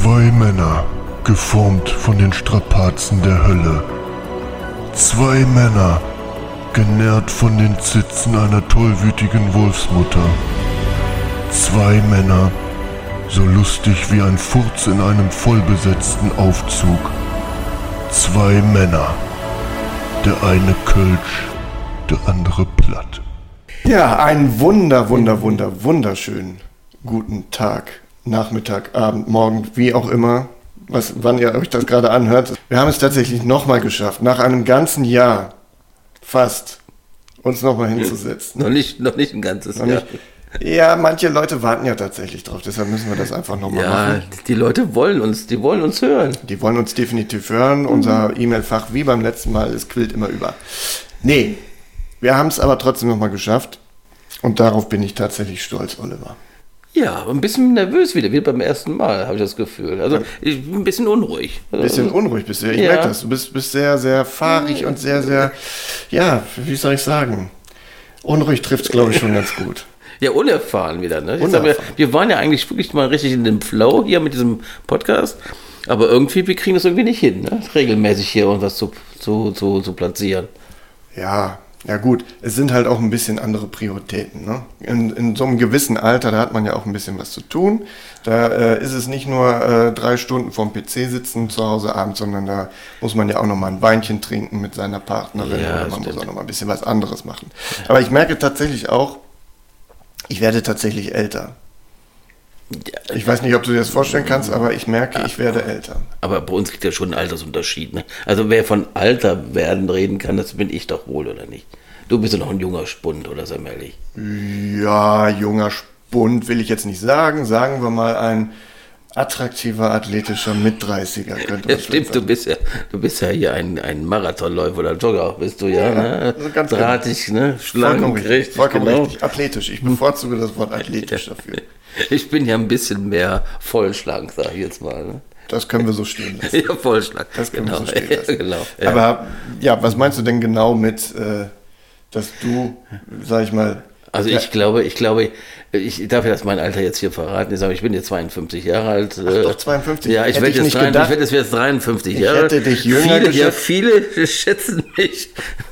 Zwei Männer, geformt von den Strapazen der Hölle. Zwei Männer, genährt von den Zitzen einer tollwütigen Wolfsmutter. Zwei Männer, so lustig wie ein Furz in einem vollbesetzten Aufzug. Zwei Männer, der eine Kölsch, der andere platt. Ja, einen wunderschönen guten Tag, Nachmittag, Abend, Morgen, wie auch immer, wann ihr euch das gerade anhört. Wir haben es tatsächlich nochmal geschafft, nach einem ganzen Jahr, fast, uns nochmal hinzusetzen. Noch nicht ein ganzes Jahr. Ja, manche Leute warten ja tatsächlich drauf, deshalb müssen wir das einfach nochmal machen. Ja, die Leute wollen uns hören. Die wollen uns definitiv hören. Unser E-Mail-Fach, wie beim letzten Mal, es quillt immer über. Nee, wir haben es aber trotzdem nochmal geschafft. Und darauf bin ich tatsächlich stolz, Oliver. Ja, ein bisschen nervös wieder, wie beim ersten Mal, habe ich das Gefühl. Also ich bin ein bisschen unruhig. Ein bisschen unruhig bist du, ich merke das. Du bist sehr, sehr fahrig und sehr, sehr, ja, wie soll ich sagen? Unruhig trifft es, glaube ich, schon ganz gut. Ja, unerfahren wieder. Ne? Unerfahren. Wir waren ja eigentlich wirklich mal richtig in dem Flow hier mit diesem Podcast, aber irgendwie, wir kriegen das irgendwie nicht hin, ne? Regelmäßig hier irgendwas zu platzieren. Ja gut, es sind halt auch ein bisschen andere Prioritäten. Ne? In so einem gewissen Alter, da hat man ja auch ein bisschen was zu tun. Da ist es nicht nur 3 Stunden vorm PC sitzen zu Hause abends, sondern da muss man ja auch nochmal ein Weinchen trinken mit seiner Partnerin oder man muss auch nochmal ein bisschen was anderes machen. Aber ich merke tatsächlich auch, ich werde tatsächlich älter. Ich weiß nicht, ob du dir das vorstellen kannst, aber ich merke, ich werde älter. Aber bei uns gibt es ja schon einen Altersunterschied. Ne? Also wer von Alter werden reden kann, das bin ich doch wohl, oder nicht? Du bist ja noch ein junger Spund, oder sei mal ehrlich. Ja, junger Spund will ich jetzt nicht sagen. Sagen wir mal ein attraktiver, athletischer Mit-30er. Ja, stimmt, du bist ja hier ein Marathonläufer oder Jogger, bist du ja. Ne? Also ganz drahtig, ne? Schlank, richtig. Vollkommen richtig. Athletisch. Ich bevorzuge das Wort athletisch dafür. Ich bin ja ein bisschen mehr vollschlank, sag ich jetzt mal. Ne? Das können wir so stehen lassen. Ja, vollschlank. Das können wir so stehen lassen. Genau. Ja. Aber ja, was meinst du denn genau mit, dass du, sag ich mal... Also ich glaube, ich darf ja das mein Alter jetzt hier verraten. Ich sage, ich bin jetzt 52 Jahre alt. Ach doch, 52? Ja, ich werde jetzt 53 Jahre. Ich hätte dich jünger geschätzt. Viele schätzen mich.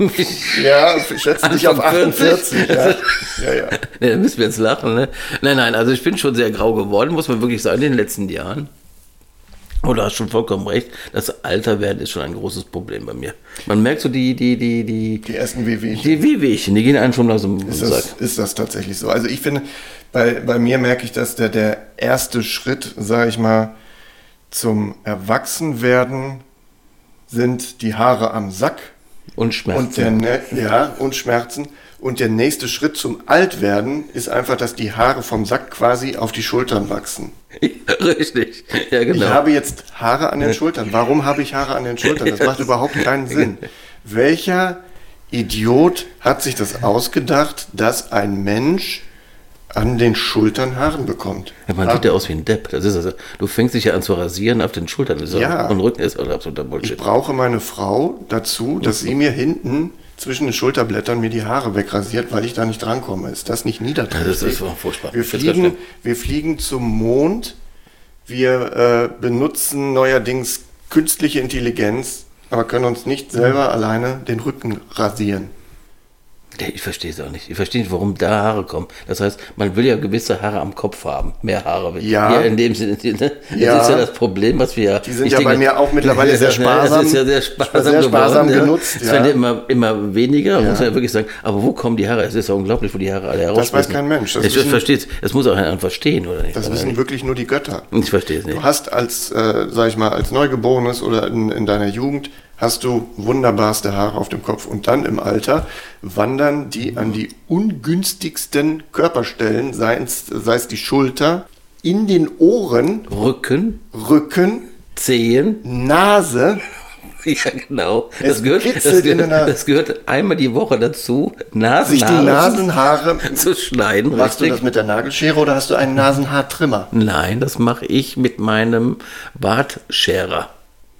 Ja, schätzen dich auf 48. Ja. Nee, da müssen wir jetzt lachen. Ne? Nein, also ich bin schon sehr grau geworden, muss man wirklich sagen, in den letzten Jahren. Oh, du hast schon vollkommen recht. Das Alterwerden ist schon ein großes Problem bei mir. Man merkt so die ersten Wehwehchen. Die Wehwehchen, die gehen einem schon aus dem Sack. Ist das tatsächlich so? Also ich finde, bei mir merke ich, dass der erste Schritt, sage ich mal, zum Erwachsenwerden sind die Haare am Sack. Und Schmerzen. Und Schmerzen. Und der nächste Schritt zum Altwerden ist einfach, dass die Haare vom Sack quasi auf die Schultern wachsen. Richtig, ja genau. Ich habe jetzt Haare an den Schultern. Warum habe ich Haare an den Schultern? Das macht überhaupt keinen Sinn. Welcher Idiot hat sich das ausgedacht, dass ein Mensch an den Schultern Haaren bekommt? Ja, man sieht ja aus wie ein Depp. Das ist also, du fängst dich ja an zu rasieren auf den Schultern. Und Rücken ist absoluter Bullshit. Ich brauche meine Frau dazu, dass sie mir hinten zwischen den Schulterblättern mir die Haare wegrasiert, weil ich da nicht drankomme. Ist das nicht niederträchtig? Das ist furchtbar. Wir fliegen zum Mond. Wir benutzen neuerdings künstliche Intelligenz, aber können uns nicht selber alleine den Rücken rasieren. Ich verstehe es auch nicht. Ich verstehe nicht, warum da Haare kommen. Das heißt, man will ja gewisse Haare am Kopf haben. Mehr Haare. Ja. In dem Sinne. Ne? Ja. Das ist ja das Problem, was wir... Die sind bei mir auch mittlerweile sehr sparsam. Das ist ja sehr sparsam genutzt. Es werden immer weniger, muss man ja wirklich sagen. Aber wo kommen die Haare? Es ist ja unglaublich, wo die Haare alle herauskommen. Das weiß kein Mensch. Ich verstehe es. Das muss auch einer verstehen, oder nicht? Das wissen wirklich nur die Götter. Ich verstehe es nicht. Du hast als Neugeborenes oder in deiner Jugend hast du wunderbarste Haare auf dem Kopf und dann im Alter wandern die an die ungünstigsten Körperstellen, sei es die Schulter, in den Ohren, Rücken, Zehen, Nase. Ja, genau. Das gehört einmal die Woche dazu, sich die Nasenhaare zu schneiden. Machst du das mit der Nagelschere oder hast du einen Nasenhaartrimmer? Nein, das mache ich mit meinem Bartscherer.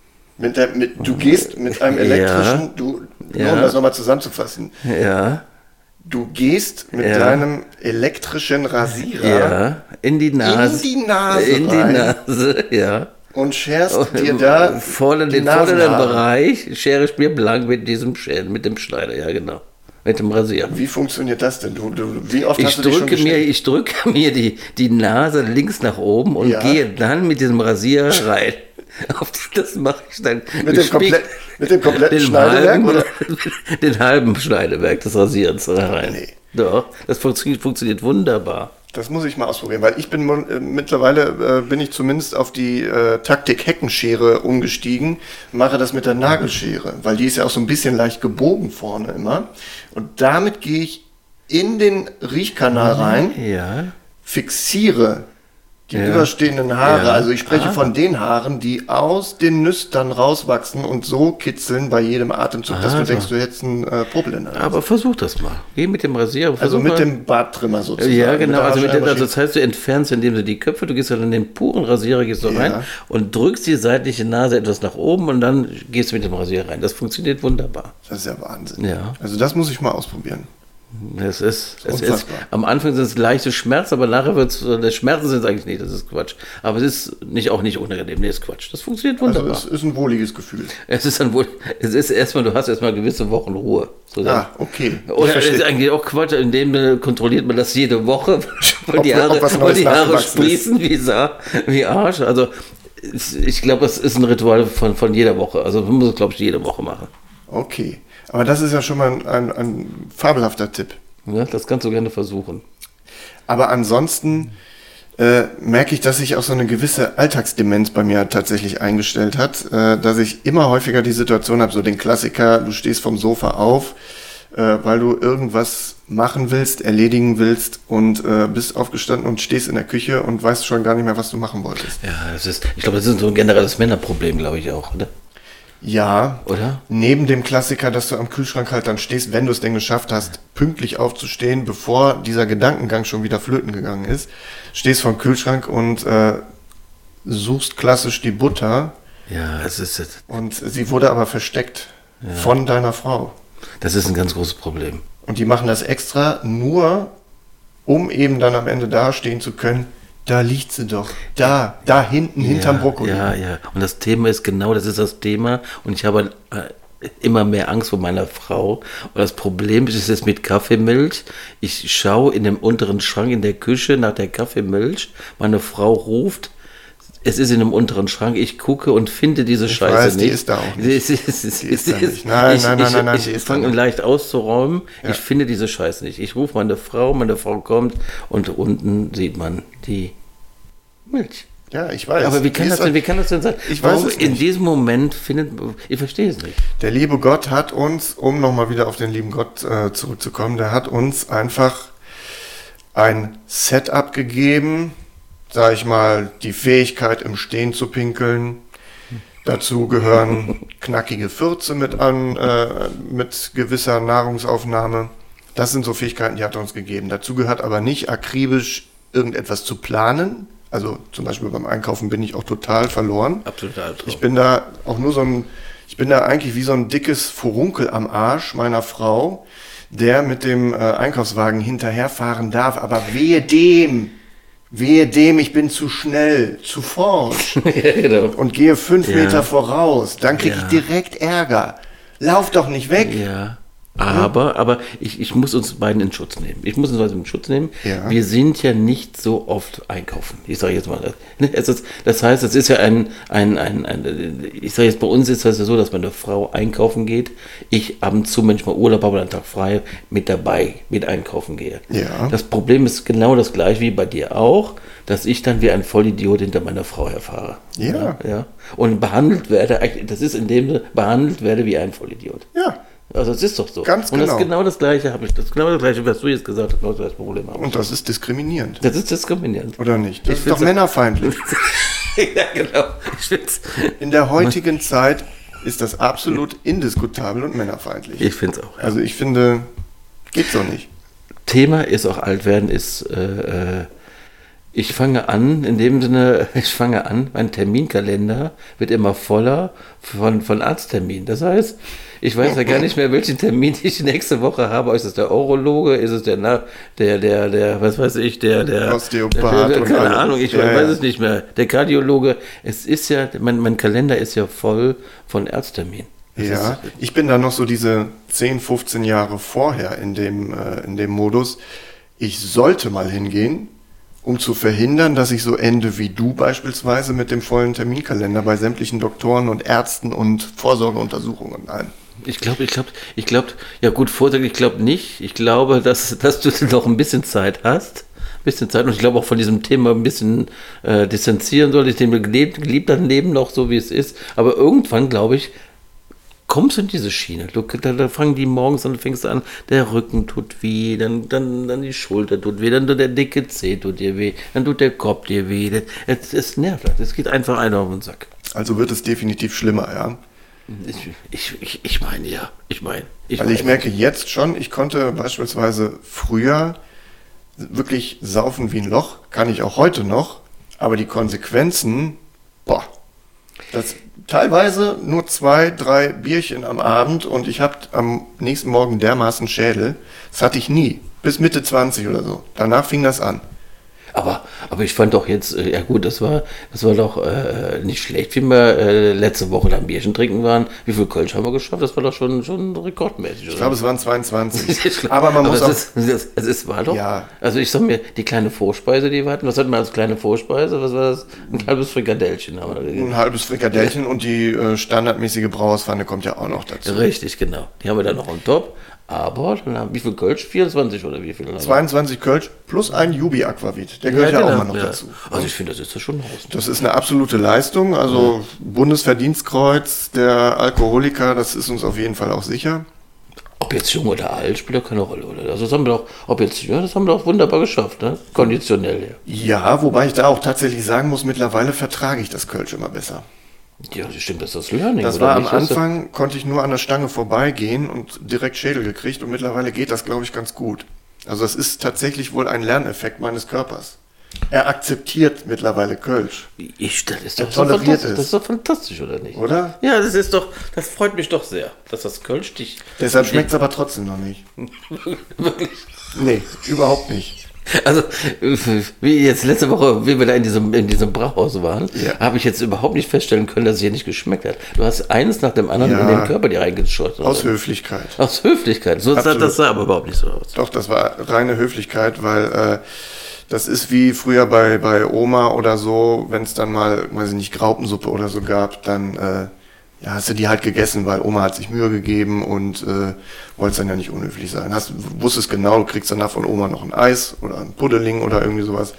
Du gehst mit einem elektrischen, um das nochmal zusammenzufassen. Ja. Du gehst mit deinem elektrischen Rasierer in die Nase. In die Nase, ja. und scherst dir da den vorderen Bereich schere ich mir blank mit dem Schneider, ja genau. Mit dem Rasier. Wie funktioniert das denn? Wie oft hast du dich schon geschnitten? Ich drücke mir die Nase links nach oben und gehe dann mit diesem Rasier rein. Das mache ich dann. Mit dem kompletten Schneidewerk? Oder? Den halben Schneidewerk des Rasierens rein. Nee. Doch, das funktioniert wunderbar. Das muss ich mal ausprobieren, weil ich bin mittlerweile bin ich zumindest auf die Taktik Heckenschere umgestiegen, mache das mit der Nagelschere, weil die ist ja auch so ein bisschen leicht gebogen vorne immer. Und damit gehe ich in den Riechkanal rein, fixiere die überstehenden Haare. Ja. Also ich spreche von den Haaren, die aus den Nüstern rauswachsen und so kitzeln bei jedem Atemzug, dass du denkst, du hättest einen Popel in der Nase. Aber versuch das mal. Geh mit dem Rasierer. Also mit dem Barttrimmer sozusagen. Ja, genau. Also das heißt, du entfernst, indem du die Köpfe, du gehst dann in den puren Rasierer, gehst du rein und drückst die seitliche Nase etwas nach oben und dann gehst du mit dem Rasierer rein. Das funktioniert wunderbar. Das ist ja Wahnsinn. Ja. Also das muss ich mal ausprobieren. Es ist am Anfang sind es leichte Schmerzen, aber nachher wird es, Schmerzen sind es eigentlich nicht, das ist Quatsch. Aber es ist auch nicht unangenehm, nee, ist Quatsch. Das funktioniert wunderbar. Also es ist ein wohliges Gefühl. Es ist erstmal, du hast erstmal gewisse Wochen Ruhe. Okay. Oder es ist eigentlich auch Quatsch, in dem kontrolliert man das jede Woche, weil die Haare sprießen wie Arsch. Also ich glaube, es ist ein Ritual von jeder Woche. Also man muss es, glaube ich, jede Woche machen. Okay. Aber das ist ja schon mal ein fabelhafter Tipp. Ja, das kannst du gerne versuchen. Aber ansonsten merke ich, dass sich auch so eine gewisse Alltagsdemenz bei mir tatsächlich eingestellt hat, dass ich immer häufiger die Situation habe, so den Klassiker, du stehst vom Sofa auf, weil du irgendwas machen willst, erledigen willst und bist aufgestanden und stehst in der Küche und weißt schon gar nicht mehr, was du machen wolltest. Ja, ich glaube, das ist so ein generelles Männerproblem, glaube ich auch, oder? Ja, oder? Neben dem Klassiker, dass du am Kühlschrank halt dann stehst, wenn du es denn geschafft hast, pünktlich aufzustehen, bevor dieser Gedankengang schon wieder flöten gegangen ist, stehst vor dem Kühlschrank und suchst klassisch die Butter. Ja, es ist es. Und sie wurde aber versteckt von deiner Frau. Das ist ein ganz großes Problem. Und die machen das extra nur, um eben dann am Ende dastehen zu können. Da liegt sie doch. Da hinten, hinterm Brokkoli. Ja. Und das Thema ist genau, das ist das Thema. Und ich habe immer mehr Angst vor meiner Frau. Und das Problem ist jetzt mit Kaffeemilch. Ich schaue in dem unteren Schrank in der Küche nach der Kaffeemilch. Meine Frau ruft, es ist in dem unteren Schrank. Ich gucke und finde diese Scheiße nicht. Die ist da auch nicht. Nein. Ich fange leicht auszuräumen. Ja. Ich finde diese Scheiße nicht. Ich rufe meine Frau kommt und unten sieht man die Milch. Ja, ich weiß. Aber wie kann das denn sein? Ich weiß es nicht. In diesem Moment ich verstehe es nicht. Der liebe Gott hat uns, um nochmal wieder auf den lieben Gott zurückzukommen, der hat uns einfach ein Setup gegeben, sag ich mal, die Fähigkeit im Stehen zu pinkeln. Dazu gehören knackige Fürze mit gewisser Nahrungsaufnahme. Das sind so Fähigkeiten, die hat er uns gegeben. Dazu gehört aber nicht akribisch irgendetwas zu planen. Also zum Beispiel beim Einkaufen bin ich auch total verloren. Absolut. Ich bin da auch ich bin da eigentlich wie so ein dickes Furunkel am Arsch meiner Frau, der mit dem Einkaufswagen hinterherfahren darf. Aber wehe dem, ich bin zu schnell, zu forsch und gehe 5 Meter voraus. Dann kriege ich direkt Ärger. Lauf doch nicht weg. Ja. Aber ich muss uns beiden in Schutz nehmen. Ja. Wir sind ja nicht so oft einkaufen. Ich sage jetzt mal, das heißt, es ist ja ich sage jetzt, bei uns ist das ja so, dass meine Frau einkaufen geht. Ich ab und zu manchmal Urlaub habe, einen Tag frei, mit einkaufen gehe. Ja. Das Problem ist genau das gleiche wie bei dir auch, dass ich dann wie ein Vollidiot hinter meiner Frau herfahre. Ja. Und behandelt werde wie ein Vollidiot. Ja. Also das ist doch so. Ganz genau. Und das genau. ist genau das Gleiche, was du jetzt gesagt hast, das Problem habe. Und das ist diskriminierend. Das ist diskriminierend. Oder nicht? Das ist doch männerfeindlich. Ja, genau. In der heutigen Zeit ist das absolut indiskutabel und männerfeindlich. Ich finde es auch. Ja. Also ich finde, geht so nicht. Thema ist auch Altwerden, ist Ich fange an, in dem Sinne, mein Terminkalender wird immer voller von Arztterminen. Das heißt, ich weiß ja gar nicht mehr, welchen Termin ich nächste Woche habe. Ist es der Urologe? Ist es der was weiß ich, der Osteopath? Keine Ahnung, ich weiß es nicht mehr. Der Kardiologe. Es ist ja, mein Kalender ist ja voll von Arztterminen. Ja, ich bin da noch so diese 10, 15 Jahre vorher in dem Modus. Ich sollte mal hingehen, um zu verhindern, dass ich so ende wie du beispielsweise mit dem vollen Terminkalender bei sämtlichen Doktoren und Ärzten und Vorsorgeuntersuchungen. Nein. Ich glaube, ja gut, Vorsorge, ich glaube nicht. Ich glaube, dass du noch ein bisschen Zeit hast. Und ich glaube auch von diesem Thema ein bisschen distanzieren solltest, dem geliebt dein Leben noch so, wie es ist. Aber irgendwann, glaube ich, kommst du in diese Schiene. Da fangen die morgens an, fängst an, der Rücken tut weh, dann die Schulter tut weh, dann der dicke Zeh tut dir weh, dann tut der Kopf dir weh. Es nervt, es geht einfach einer auf den Sack. Also wird es definitiv schlimmer, ja? Ich meine, ja. Also ich merke jetzt schon, ich konnte beispielsweise früher wirklich saufen wie ein Loch, kann ich auch heute noch, aber die Konsequenzen, das teilweise nur 2, 3 Bierchen am Abend und ich habe am nächsten Morgen dermaßen Schädel. Das hatte ich nie, bis Mitte 20 oder so. Danach fing das an. Aber ich fand doch jetzt, ja gut, das war doch nicht schlecht, wie wir letzte Woche am Bierchen trinken waren. Wie viel Kölsch haben wir geschafft? Das war doch schon rekordmäßig, oder? Ich glaube, es waren 22. Aber man muss auch... Es war doch... Ja. Also ich sag mir, die kleine Vorspeise, die wir hatten, was hatten wir als kleine Vorspeise? Was war das? Ein halbes Frikadellchen haben wir da gegessen. Ein halbes Frikadellchen und die standardmäßige Brauerspfanne kommt ja auch noch dazu. Richtig, genau. Die haben wir dann noch on top. Aber dann haben wie viel Kölsch? 24 oder wie viel? 22 Kölsch plus ein Jubi Aquavit. Der gehört ja auch mal noch dazu. Also ich finde, das ist ja schon raus. Das ist eine absolute Leistung. Also Bundesverdienstkreuz der Alkoholiker, das ist uns auf jeden Fall auch sicher. Ob jetzt jung oder alt, spielt ja keine Rolle, oder? Also das haben wir doch wunderbar geschafft, ne? Konditionell, ja. Ja, wobei ich da auch tatsächlich sagen muss, mittlerweile vertrage ich das Kölsch immer besser. Ja, das stimmt, das ist das Learning. Das war am Anfang, konnte ich nur an der Stange vorbeigehen und direkt Schädel gekriegt und mittlerweile geht das, glaube ich, ganz gut. Also das ist tatsächlich wohl ein Lerneffekt meines Körpers. Er akzeptiert mittlerweile Kölsch. Er toleriert es. Das ist doch fantastisch, oder nicht? Oder? Ja, das freut mich doch sehr, dass das Kölsch dich... Deshalb schmeckt es aber trotzdem noch nicht. Wirklich? Nee, überhaupt nicht. Also, wie jetzt letzte Woche, wie wir da in diesem Brauhaus waren, habe ich jetzt überhaupt nicht feststellen können, dass es hier nicht geschmeckt hat. Du hast eines nach dem anderen in den Körper dir reingeschossen. Aus Höflichkeit. Aus Höflichkeit. Das sah aber überhaupt nicht so aus. Doch, das war reine Höflichkeit, weil das ist wie früher bei Oma oder so, wenn es dann mal, weiß ich nicht, Graupensuppe oder so gab, dann hast du die halt gegessen, weil Oma hat sich Mühe gegeben und wollte dann ja nicht unhöflich sein. Wusstest genau, du kriegst danach von Oma noch ein Eis oder ein Puddeling oder irgendwie sowas.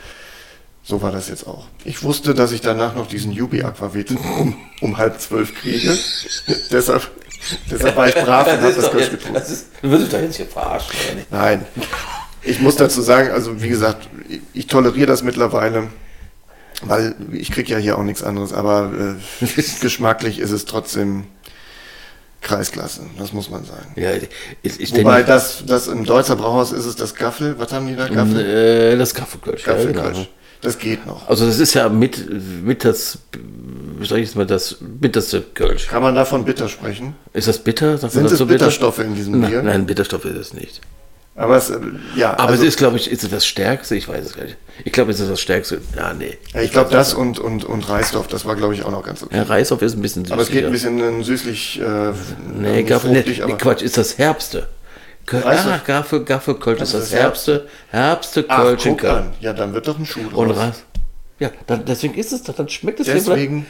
So war das jetzt auch. Ich wusste, dass ich danach noch diesen Jubi Aquavit um 11:30 kriege. Deshalb war ich brav und habe das Kölsch getrunken. Du würdest doch jetzt hier verarschen, oder nicht? Nein. Ich muss dazu sagen, also wie gesagt, ich toleriere das mittlerweile. Weil ich kriege ja hier auch nichts anderes, aber geschmacklich ist es trotzdem Kreisklasse, das muss man sagen. Ja, wobei das im Deutzer Brauhaus ist es das Gaffel, was haben die da, Gaffel? Das Gaffelkölsch. Gaffelkölsch. Genau. Das geht noch. Also das ist ja mit das, wie sag ich jetzt mal, das bitterste Kölsch. Kann man davon bitter sprechen? Ist das bitter? Sind es Bitterstoffe in diesem Bier? Nein, Bitterstoffe ist es nicht. Aber es ist, glaube ich, ist es das Stärkste? Ich weiß es gar nicht. Ich glaube, es ist das Stärkste. Ja, nee. Ja, ich glaube, das und Reisdorf, das war, glaube ich, auch noch ganz okay. Ja, Reisdorf ist ein bisschen süßlich. Aber es geht ein bisschen süßlich, Quatsch, ist das Herbste. Gaffelkölsch ist das Herbste Kölsch in Köln. Ja, dann wird doch ein Schuh draus. Und ja, deswegen ist es doch, dann schmeckt es Deswegen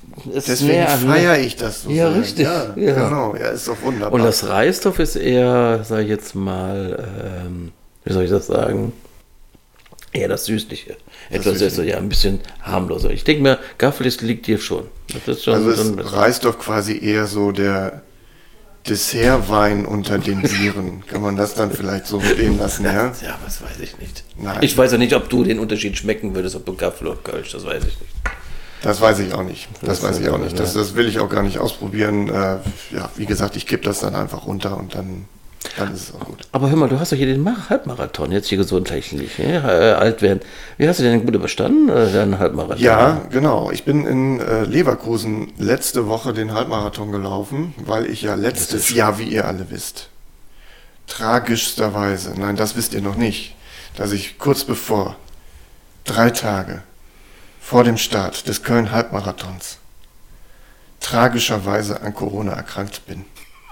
feiere ich das so. Ja, richtig. Ja, genau. Ja, ist doch wunderbar. Und das Reisdorf ist eher, sag ich jetzt mal, wie soll ich das sagen? Eher das Süßliche. Etwas ist so, ja, ein bisschen harmloser. Ich denke mir, Gaffel liegt dir schon. Das ist schon. Also ist Reisdorf quasi eher so der Dessertwein unter den Bieren. Kann man das dann vielleicht so stehen lassen, ja? Ja, das weiß ich nicht. Nein. Ich weiß ja nicht, ob du den Unterschied schmecken würdest, ob du Gaffel oder Kölsch, das weiß ich nicht. Das weiß ich auch nicht. Das will ich auch gar nicht ausprobieren. Wie gesagt, ich kippe das dann einfach runter und dann... dann ist es auch gut. Aber hör mal, du hast doch hier den Halbmarathon, jetzt hier gesundheitlich, alt werden. Wie hast du den gut überstanden, deinen Halbmarathon? Ja, genau. Ich bin in Leverkusen letzte Woche den Halbmarathon gelaufen, weil ich ja letztes Jahr, wie ihr alle wisst, tragischsterweise, nein, das wisst ihr noch nicht, dass ich kurz bevor, 3 Tage vor dem Start des Köln-Halbmarathons tragischerweise an Corona erkrankt bin.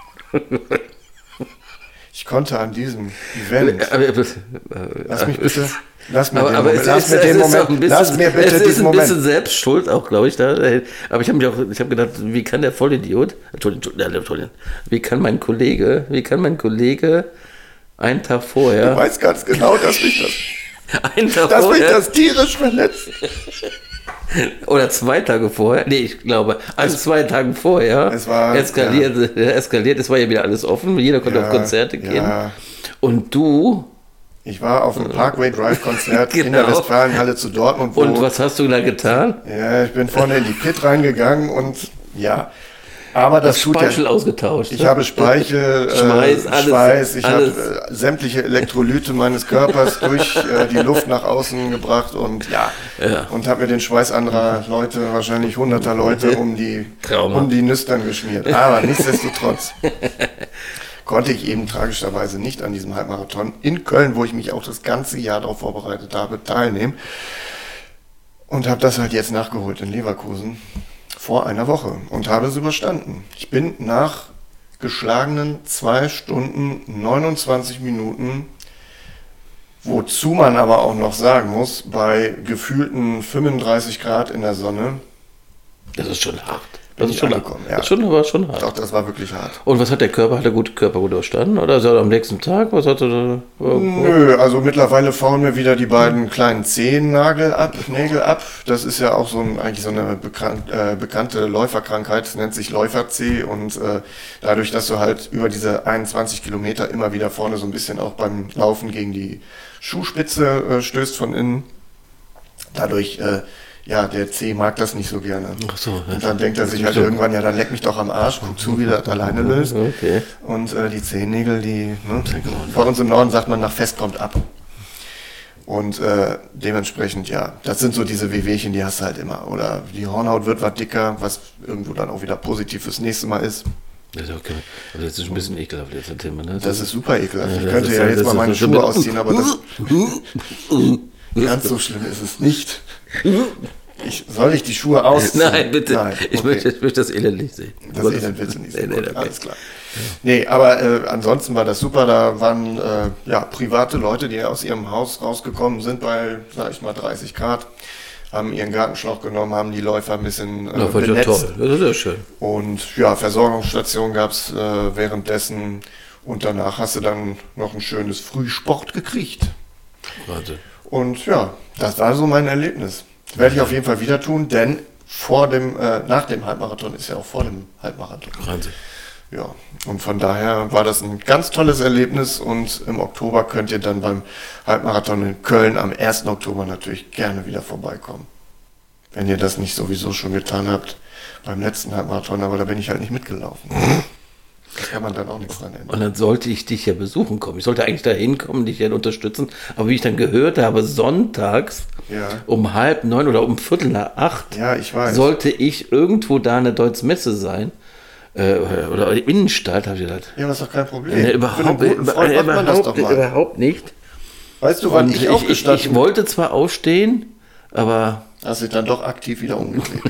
Ich konnte an diesem Event... Lass mich bitte... Lass mir den Moment. Lass mir bitte diesen Moment. Es ist ein bisschen Selbstschuld auch, glaube ich. Da. Aber ich habe gedacht, wie kann der Vollidiot... Entschuldigung. Wie kann mein Kollege einen Tag vorher... Du weißt ganz genau, dass mich das tierisch verletzt. Oder 2 Tage vorher, nee, ich glaube, 2 Tagen vorher eskaliert. Es war ja wieder alles offen, jeder konnte auf Konzerte gehen. Ja. Und du... Ich war auf dem Parkway Drive Konzert in der Westfalenhalle zu Dortmund. Und was hast du da getan? Ja, ich bin vorne in die Pit reingegangen und ja... Aber das tut Speichel ausgetauscht. Ich habe Speichel, Schweiß, ich habe sämtliche Elektrolyte meines Körpers durch die Luft nach außen gebracht und und habe mir den Schweiß anderer Leute, wahrscheinlich hunderter Leute, um die Nüstern geschmiert. Aber nichtsdestotrotz konnte ich eben tragischerweise nicht an diesem Halbmarathon in Köln, wo ich mich auch das ganze Jahr darauf vorbereitet habe, teilnehmen. Und habe das halt jetzt nachgeholt in Leverkusen. Vor einer Woche und habe es überstanden. Ich bin nach geschlagenen 2 Stunden 29 Minuten, wozu man aber auch noch sagen muss, bei gefühlten 35 Grad in der Sonne. Das ist schon hart. Das ist schon angekommen. Ja. Das war schon hart. Doch, das war wirklich hart. Und was hat der Körper? Hat der Körper gut überstanden? Oder ist er am nächsten Tag? Was hat er da? Nö, also mittlerweile faulen mir wieder die beiden kleinen Zehennägel ab. Das ist ja auch eigentlich so eine bekannte Läuferkrankheit. Das nennt sich Läufer-C. Und dadurch, dass du halt über diese 21 Kilometer immer wieder vorne so ein bisschen auch beim Laufen gegen die Schuhspitze stößt von innen, dadurch... der C mag das nicht so gerne. Ach so, und dann denkt er sich halt irgendwann, dann leck mich doch am Arsch, guck zu, wie das alleine löst. Okay. Und die Zehennägel, bei uns im Norden sagt man, nach Fest kommt ab. Und dementsprechend, das sind so diese Wehwehchen, die hast du halt immer. Oder die Hornhaut wird was dicker, was irgendwo dann auch wieder positiv fürs nächste Mal ist. Das ist okay. Also das ist ein bisschen ekelhaft jetzt das Thema, ne? Das ist super ekelhaft. Ich könnte jetzt mal meine Schuhe ausziehen, aber das... Ganz so schlimm ist es nicht. Soll ich die Schuhe ausziehen? Nein, bitte. Nein, okay. Ich möchte das Elend nicht sehen. Das Elend willst du nicht sehen. Okay. Alles klar. Nee, aber ansonsten war das super. Da waren private Leute, die aus ihrem Haus rausgekommen sind bei, sag ich mal, 30 Grad, haben ihren Gartenschlauch genommen, haben die Läufer ein bisschen benetzt. Toll. Das ist ja schön. Und Versorgungsstation gab es währenddessen. Und danach hast du dann noch ein schönes Frühsport gekriegt. Wahnsinn. Und das war so mein Erlebnis. Das werde ich auf jeden Fall wieder tun, denn nach dem Halbmarathon ist ja auch vor dem Halbmarathon. Wahnsinn. Ja, und von daher war das ein ganz tolles Erlebnis und im Oktober könnt ihr dann beim Halbmarathon in Köln am 1. Oktober natürlich gerne wieder vorbeikommen. Wenn ihr das nicht sowieso schon getan habt beim letzten Halbmarathon, aber da bin ich halt nicht mitgelaufen. Da kann man dann auch nichts dran ändern. Und dann sollte ich dich ja besuchen kommen. Ich sollte eigentlich da hinkommen, dich ja unterstützen. Aber wie ich dann gehört habe, sonntags um 8:30 oder um 7:45 sollte ich irgendwo da eine Deutsche-Messe sein. Oder Innenstadt, habe ich gedacht. Ja, das ist doch kein Problem. Überhaupt nicht. Weißt du, wann ich aufgestanden bin? Ich wollte zwar aufstehen, aber... Hast du dann doch aktiv wieder umgedreht?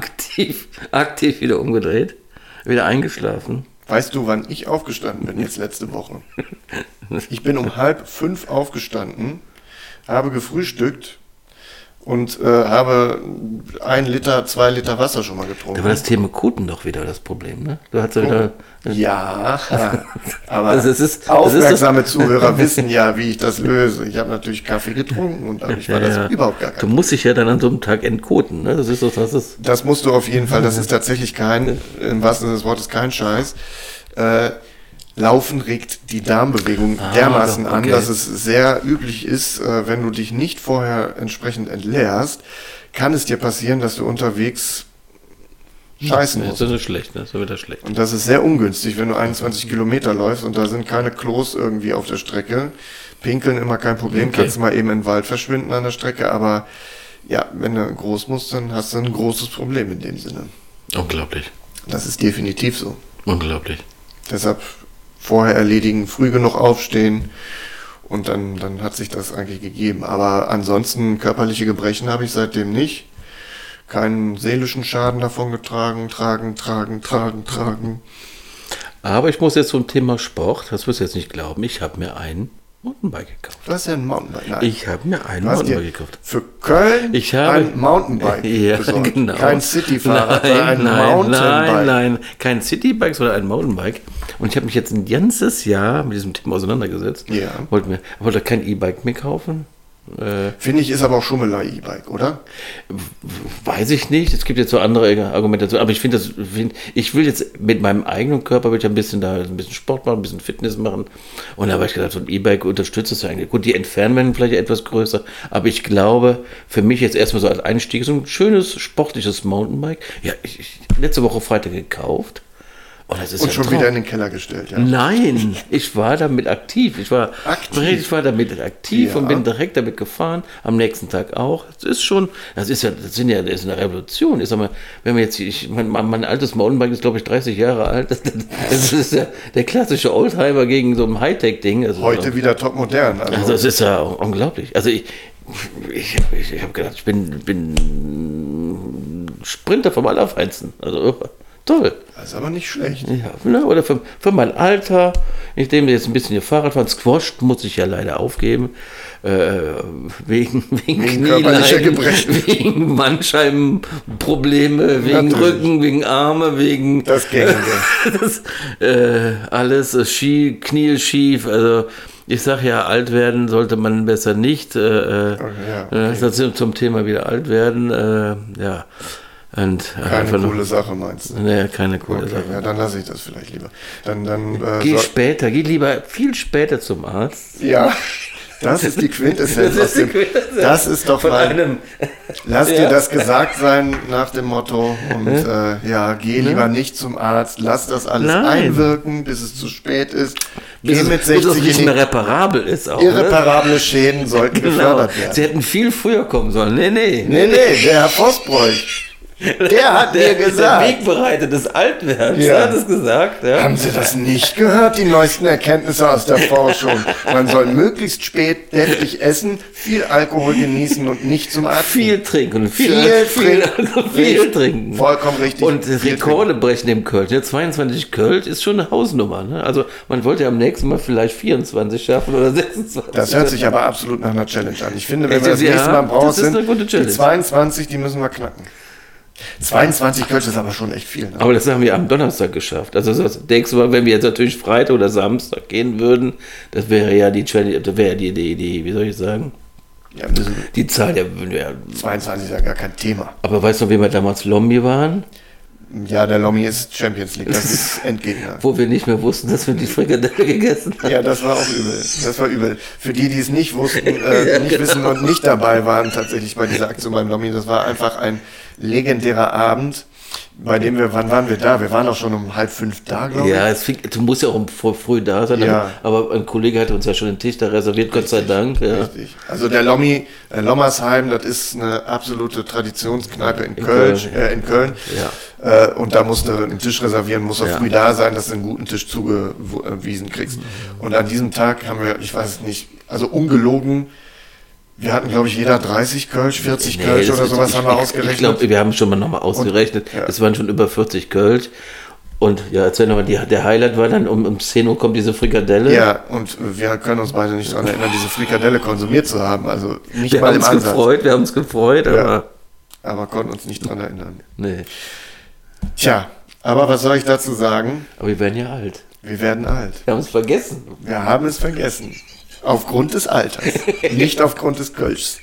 aktiv wieder umgedreht. Wieder eingeschlafen. Weißt du, wann ich aufgestanden bin jetzt letzte Woche? Ich bin um 4:30 aufgestanden, habe gefrühstückt und habe 1 Liter, 2 Liter Wasser schon mal getrunken. Da war das Thema Kuten doch wieder das Problem, ne? Du hast wieder... Ja, aber aufmerksame Zuhörer wissen ja, wie ich das löse. Ich habe natürlich Kaffee getrunken und dadurch war das überhaupt gar kein Problem. Du musst dich ja dann an so einem Tag entkoten, ne? Das musst du auf jeden Fall, das ist tatsächlich im wahrsten Sinne des Wortes kein Scheiß. Laufen regt die Darmbewegung dermaßen an, dass es sehr üblich ist, wenn du dich nicht vorher entsprechend entleerst, kann es dir passieren, dass du unterwegs scheißen Das musst. ist nicht schlecht, ne? Das ist wieder schlecht. Und das ist sehr ungünstig, wenn du 21 Kilometer läufst und da sind keine Klos irgendwie auf der Strecke. Pinkeln immer kein Problem, Okay. kannst du mal eben in den Wald verschwinden an der Strecke, aber ja, wenn du groß musst, dann hast du ein großes Problem in dem Sinne. Unglaublich. Das ist definitiv so. Unglaublich. Deshalb vorher erledigen, früh genug aufstehen und dann hat sich das eigentlich gegeben. Aber ansonsten körperliche Gebrechen habe ich seitdem nicht. Keinen seelischen Schaden davon getragen, tragen. Aber ich muss jetzt zum Thema Sport, das wirst du jetzt nicht glauben, ich habe mir ein Mountainbike gekauft. Du hast ja ein Mountainbike. Nein. Ich habe mir ein Du hast dir Mountainbike gekauft. für Köln Ich habe ein Mountainbike ja, besorgt. genau. Kein Cityfahrrad, sondern ein Mountainbike. Nein, kein Citybike, sondern ein Mountainbike. Und ich habe mich jetzt ein ganzes Jahr mit diesem Thema auseinandergesetzt. Ja. Wollte kein E-Bike mehr kaufen. Finde ich, ist aber auch Schummelei-E-Bike, oder? Weiß ich nicht. Es gibt jetzt so andere Argumentationen. Aber ich finde ich will jetzt mit meinem eigenen Körper will ich ein bisschen Sport machen, ein bisschen Fitness machen. Und da habe ich gedacht, so ein E-Bike unterstützt es eigentlich. Gut, die Entfernungen werden vielleicht etwas größer. Aber ich glaube, für mich jetzt erstmal so als Einstieg, so ein schönes, sportliches Mountainbike. Ja, letzte Woche Freitag gekauft. Und, das ist Und ja schon ein Traum. wieder in den Keller gestellt, ja. Nein, ich war damit aktiv. Ich war damit aktiv Ja. und bin direkt damit gefahren. Am nächsten Tag auch. Das ist eine Revolution. Ich sag mal, wenn wir jetzt, mein altes Mountainbike ist, glaube ich, 30 Jahre alt. Das ist ja der klassische Oldtimer gegen so ein Hightech-Ding. Also, Heute wieder topmodern. also das ist ja unglaublich. Also ich habe gedacht, ich bin Sprinter vom Allerfeinsten. Also toll. Das ist aber nicht schlecht. Ja, ne, oder für mein Alter, ich nehme jetzt ein bisschen hier Fahrrad fahren. Squash muss ich ja leider aufgeben. Wegen körperlicher Knieleiden, Gebrechen. wegen Bandscheibenprobleme, wegen Natürlich. Rücken, wegen Arme, wegen Das Gängige. alles, Knie ist schief. Also ich sage ja, alt werden sollte man besser nicht. Okay. Das ist zum Thema wieder alt werden. Ja. Und Keine coole Sache, meinst du? Nee, keine coole Okay, Sache. ja, dann lasse ich das vielleicht lieber. Dann Geh lieber viel später zum Arzt. ja, das ist die Quintessenz aus dem. Das ist doch mal. Lass dir das gesagt sein nach dem Motto und geh lieber nicht zum Arzt, lass das alles Nein. einwirken, bis es zu spät ist. Geh Bis mit es 60 nicht in mehr die reparabel ist auch. irreparable Schäden sollten Genau. gefördert werden. Sie hätten viel früher kommen sollen. Nee. Nee, der Herr Vossbräuch, der hat mir Der gesagt. Wegbereiter des Altwerdens Ja. hat es gesagt. Ja. Haben Sie das nicht gehört, die neuesten Erkenntnisse aus der Forschung? Man soll möglichst spät deftig essen, viel Alkohol genießen und nicht zum Arzt. Viel trinken. Viel Richtig. trinken. Vollkommen richtig. Und Viel Rekorde brechen im Kölsch. Ja, 22 Kölsch ist schon eine Hausnummer. Ne? Also man wollte ja am nächsten Mal vielleicht 24 schaffen oder 26. Das hört sich aber absolut nach einer Challenge an. Ich finde, wenn Ja, wir das nächste Mal im Brauhaus das ist sind, eine gute die Challenge. 22, die müssen wir knacken. 22 Kölsch ist aber schon echt viel. Ne? Aber das haben wir am Donnerstag geschafft. Also das denkst du mal, wenn wir jetzt natürlich Freitag oder Samstag gehen würden, das wäre ja die Challenge, das wäre die Idee, wie soll ich sagen? Ja, müssen Die Zahl der würden wir. 22 ist ja gar kein Thema. Aber weißt du, wie wir damals Lommi waren? Ja, der Lommi ist Champions League, das ist Endgegner. Wo wir nicht mehr wussten, dass wir die Frikadelle gegessen haben. Ja, das war auch übel. Das war übel. Für die, die es nicht wussten, nicht wissen und nicht dabei waren tatsächlich bei dieser Aktion beim Lommi, das war einfach ein legendärer Abend, bei dem wann waren wir da? Wir waren auch schon um 4:30 da, glaube ich. Ja, du musst ja auch früh da sein, Ja. aber ein Kollege hatte uns ja schon den Tisch da reserviert, Gott sei Dank. Ja. Richtig. Also der Lommi, Lommersheim, das ist eine absolute Traditionskneipe in Köln. Köln. Ja. Und da musst du einen Tisch reservieren, musst du Ja. früh da sein, dass du einen guten Tisch zugewiesen kriegst. Und an diesem Tag haben wir, ich weiß es nicht, also ungelogen, wir hatten, glaube ich, jeder 30 Kölsch, 40 Kölsch oder sowas haben wir ausgerechnet. Ich glaube, wir haben schon mal nochmal ausgerechnet. Und, ja. Es waren schon über 40 Kölsch. Und ja, erzähl nochmal, der Highlight war dann, um 10 Uhr kommt diese Frikadelle. Ja, und wir können uns beide nicht daran erinnern, diese Frikadelle konsumiert zu haben. Also nicht wir mal haben im uns Ansatz. gefreut, Ja. Aber konnten uns nicht daran erinnern. Nee. Tja, aber was soll ich dazu sagen? Aber wir werden ja alt. Wir werden alt. Wir haben es vergessen. Wir haben es vergessen. Aufgrund des Alters. Nicht aufgrund des Kölschs.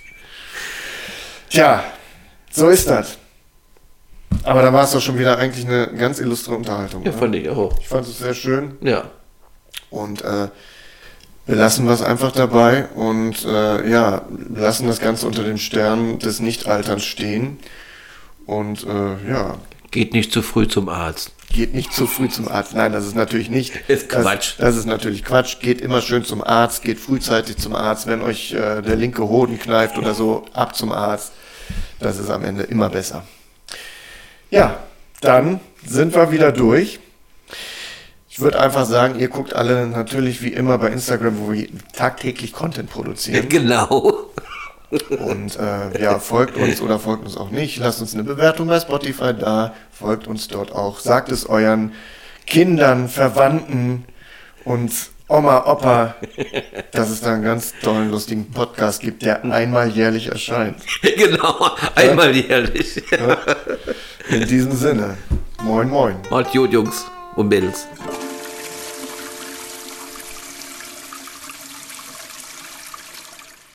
Tja, so ist das. Aber da war es doch schon wieder eigentlich eine ganz illustre Unterhaltung. Ja, ne? fand ich auch. Ich fand es sehr schön. Ja. Und wir lassen was einfach dabei und lassen das Ganze unter den Sternen des Nichtalterns stehen. Und Geht nicht zu früh zum Arzt. Geht nicht zu früh zum Arzt. Nein, das ist natürlich nicht. Ist Quatsch. Das ist natürlich Quatsch. Geht immer schön zum Arzt, geht frühzeitig zum Arzt. Wenn euch der linke Hoden kneift oder so, ab zum Arzt. Das ist am Ende immer besser. Ja, dann sind wir wieder durch. Ich würde einfach sagen, ihr guckt alle natürlich wie immer bei Instagram, wo wir tagtäglich Content produzieren. Genau. Und folgt uns oder folgt uns auch nicht. Lasst uns eine Bewertung bei Spotify da. Folgt uns dort auch. Sagt es euren Kindern, Verwandten und Oma, Opa, dass es da einen ganz tollen, lustigen Podcast gibt, der einmal jährlich erscheint. Genau, einmal jährlich. Ja. In diesem Sinne, moin moin. Macht gut, Jungs und Mädels.